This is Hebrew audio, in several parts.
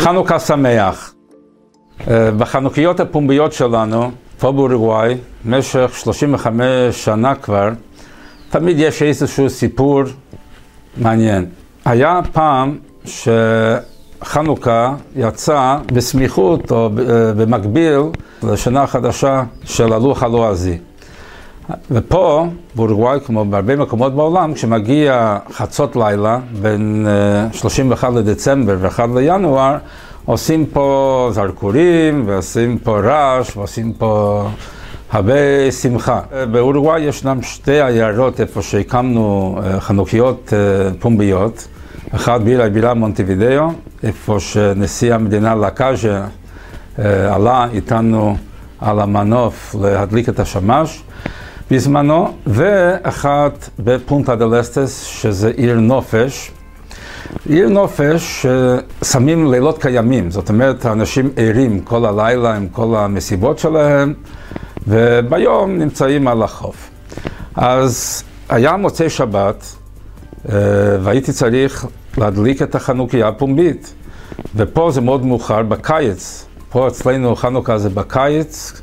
חנוכה שמח. בחנוכיות הפומביות שלנו, פה באורוגוואי, במשך 35 שנה כבר, תמיד יש איזשהו סיפור מעניין. היה פעם שחנוכה יצא בסמיכות או במקביל לשנה החדשה של הלוח הלועזי. ופה, באורוגוואי, כמו בהרבה מקומות בעולם, כשמגיע חצות לילה, בין 31 לדצמבר ו-1 לינואר, עושים פה זרקורים, ועושים פה רעש, ועושים פה הרבה שמחה. באורוגוואי ישנם שתי עיירות איפה שהקמנו חנוכיות פומביות. אחד בירה מונטווידאו, איפה שנשיא המדינה לקאז'ה עלה איתנו על המנוף להדליק את השמש בזמנו, ואחת בפונטה דל אסטס, שזה עיר נופש. עיר נופש ששמים לילות קיימים, זאת אומרת, האנשים ערים כל הלילה עם כל המסיבות שלהם, וביום נמצאים על החוף. אז היה מוצאי שבת, והייתי צריך להדליק את החנוכיה הפומבית. ופה זה מאוד מאוחר, בקיץ. פה אצלנו חנוכה זה בקיץ,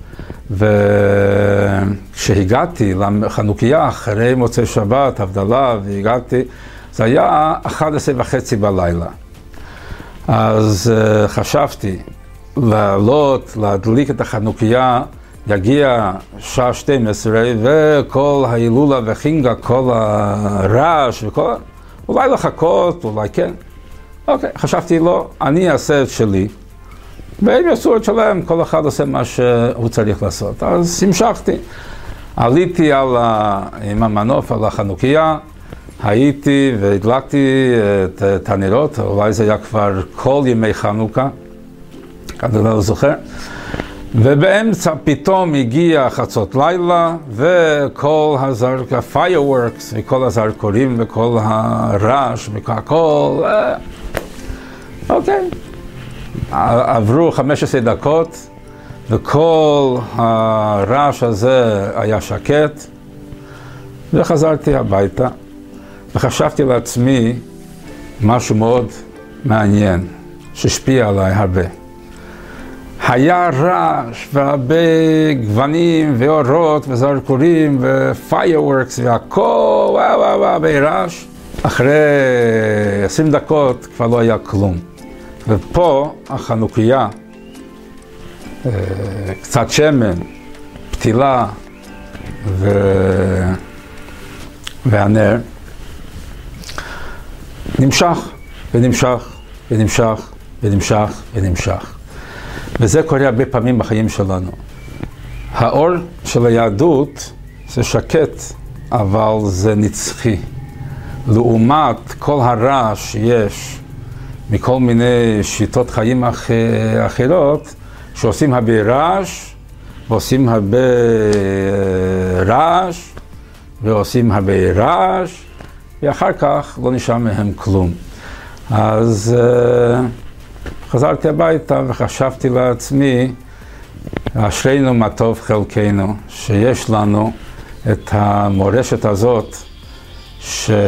וכשהגעתי לחנוכיה אחרי מוצאי שבת, הבדלה, והגעתי, זה היה 11:30 בלילה. אז חשבתי לעלות, להדליק את החנוכיה, יגיע שעה 12, וכל ההילולה וחינגה, כל הרעש וכל... אולי לחכות, אולי כן. אוקיי, חשבתי לא, אני אעשה את שלי, והם יעשו את שלהם, כל אחד עושה מה שהוא צריך לעשות. אז המשכתי. עליתי עם המנוף על החנוכיה, הייתי והדלקתי את הנרות, אולי זה היה כבר כל ימי חנוכה, אני לא זוכר. ובאמצע פתאום הגיע חצות לילה, וכל fireworks, וכל הזרקורים, וכל הרעש, וכל... אוקיי. עברו 15 דקות, וכל הרעש הזה היה שקט, וחזרתי הביתה, וחשבתי לעצמי משהו מאוד מעניין, שהשפיע עליי הרבה. היה רעש והרבה גוונים ואורות וזרקורים ופיירוורקס והכל ורעש. אחרי 20 דקות כבר לא היה כלום. ופה החנוכיה, קצת שמן, פתילה והנר, נמשך ונמשך ונמשך ונמשך ונמשך. וזה קורה הרבה פעמים בחיים שלנו. האור של היהדות זה שקט, אבל זה נצחי. לעומת כל הרעש שיש מכל מיני שיטות חיים אחרות, שעושים הרבה רעש, ועושים הרבה רעש, ועושים הרבה רעש, ואחר כך לא נשאר מהם כלום. אז חזרתי הביתה וחשבתי לעצמי, אשרינו מה טוב חלקנו, שיש לנו את המורשת הזאת, שהיא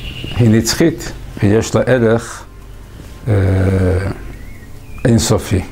נצחית ויש לה ערך אינסופי.